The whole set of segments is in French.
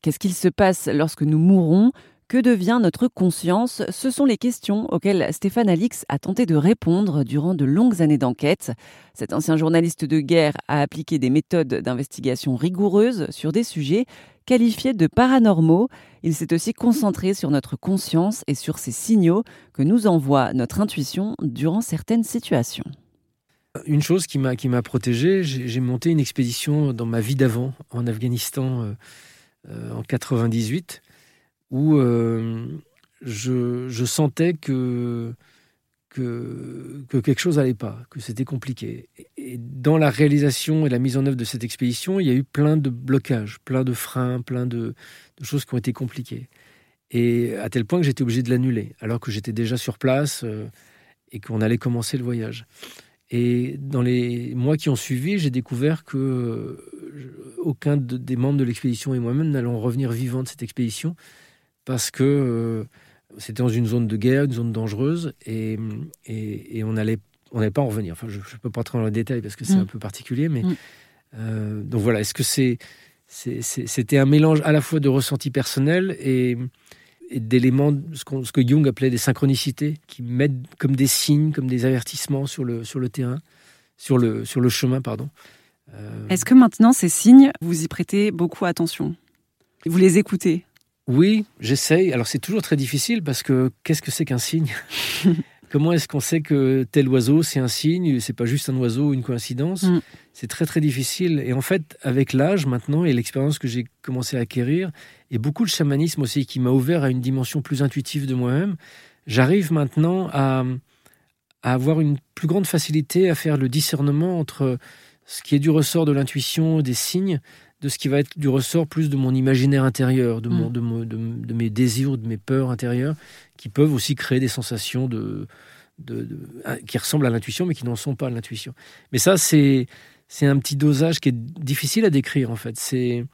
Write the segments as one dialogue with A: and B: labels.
A: Qu'est-ce qu'il se passe lorsque nous mourons ? Que devient notre conscience ? Ce sont les questions auxquelles Stéphane Alix a tenté de répondre durant de longues années d'enquête. Cet ancien journaliste de guerre a appliqué des méthodes d'investigation rigoureuses sur des sujets qualifiés de paranormaux. Il s'est aussi concentré sur notre conscience et sur ces signaux que nous envoie notre intuition durant certaines situations.
B: Une chose qui m'a protégé, j'ai monté une expédition dans ma vie d'avant, en Afghanistan, en 98, où je sentais que quelque chose n'allait pas, que c'était compliqué. Et dans la réalisation et la mise en œuvre de cette expédition, il y a eu plein de blocages, plein de freins, plein de choses qui ont été compliquées. Et à tel point que j'étais obligé de l'annuler, alors que j'étais déjà sur place et qu'on allait commencer le voyage. Et dans les mois qui ont suivi, j'ai découvert que aucun des membres de l'expédition et moi-même n'allons revenir vivants de cette expédition parce que c'était dans une zone de guerre, une zone dangereuse, et on n'allait pas en revenir. Enfin, je ne peux pas entrer dans le détail parce que c'est un peu particulier, mais donc voilà. Est-ce que c'était un mélange à la fois de ressenti personnel et d'éléments, ce que Jung appelait des synchronicités, qui mettent comme des signes, comme des avertissements sur le terrain, sur le chemin, pardon.
C: Est-ce que maintenant, ces signes, vous y prêtez beaucoup attention ? Vous les écoutez ?
B: Oui, j'essaye. Alors c'est toujours très difficile parce que qu'est-ce que c'est qu'un signe ? Comment est-ce qu'on sait que tel oiseau c'est un signe ? C'est pas juste un oiseau ou une coïncidence. C'est très très difficile. Et en fait, avec l'âge maintenant et l'expérience que j'ai commencé à acquérir, et beaucoup de chamanisme aussi qui m'a ouvert à une dimension plus intuitive de moi-même, j'arrive maintenant à avoir une plus grande facilité à faire le discernement entre ce qui est du ressort de l'intuition, des signes, de ce qui va être du ressort plus de mon imaginaire intérieur, de mes désirs, de mes peurs intérieures, qui peuvent aussi créer des sensations qui ressemblent à l'intuition, mais qui n'en sont pas à l'intuition. Mais ça, c'est un petit dosage qui est difficile à décrire, en fait. C'est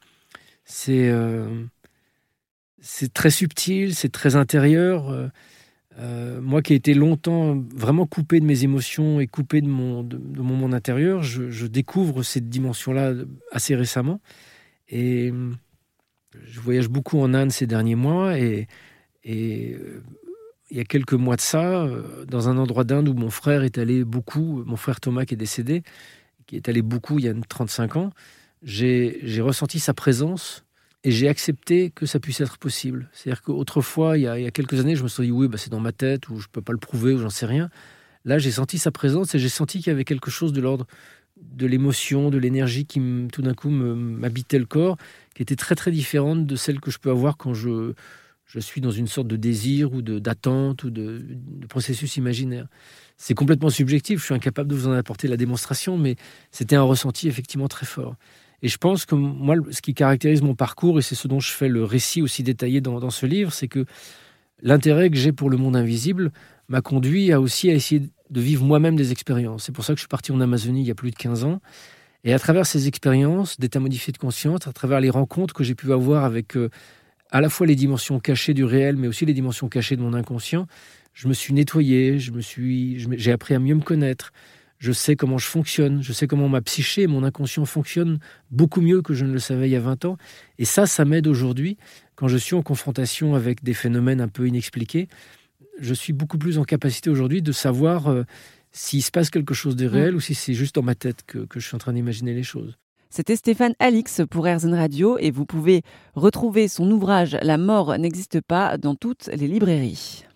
B: très subtil, c'est très intérieur. Moi qui ai été longtemps vraiment coupé de mes émotions et coupé de mon monde intérieur, je découvre cette dimension-là assez récemment. Et je voyage beaucoup en Inde ces derniers mois. Et il y a quelques mois de ça, dans un endroit d'Inde où mon frère est allé beaucoup, mon frère Thomas qui est décédé, qui est allé beaucoup il y a 35 ans, j'ai ressenti sa présence. Et j'ai accepté que ça puisse être possible. C'est-à-dire qu'autrefois, il y a quelques années, je me suis dit, oui, c'est dans ma tête, ou je ne peux pas le prouver, ou j'en sais rien. Là, j'ai senti sa présence et j'ai senti qu'il y avait quelque chose de l'ordre de l'émotion, de l'énergie qui, tout d'un coup, m'habitait le corps, qui était très, très différente de celle que je peux avoir quand je suis dans une sorte de désir ou d'attente ou de processus imaginaire. C'est complètement subjectif, je suis incapable de vous en apporter la démonstration, mais c'était un ressenti effectivement très fort. Et je pense que moi, ce qui caractérise mon parcours, et c'est ce dont je fais le récit aussi détaillé dans ce livre, c'est que l'intérêt que j'ai pour le monde invisible m'a conduit aussi à essayer de vivre moi-même des expériences. C'est pour ça que je suis parti en Amazonie il y a plus de 15 ans. Et à travers ces expériences d'état modifié de conscience, à travers les rencontres que j'ai pu avoir avec à la fois les dimensions cachées du réel, mais aussi les dimensions cachées de mon inconscient, je me suis nettoyé, j'ai appris à mieux me connaître. Je sais comment je fonctionne, je sais comment ma psyché et mon inconscient fonctionnent beaucoup mieux que je ne le savais il y a 20 ans. Et ça m'aide aujourd'hui, quand je suis en confrontation avec des phénomènes un peu inexpliqués. Je suis beaucoup plus en capacité aujourd'hui de savoir s'il se passe quelque chose de réel ou si c'est juste dans ma tête que je suis en train d'imaginer les choses.
A: C'était Stéphane Alix pour RZN Radio et vous pouvez retrouver son ouvrage « La mort n'existe pas » dans toutes les librairies.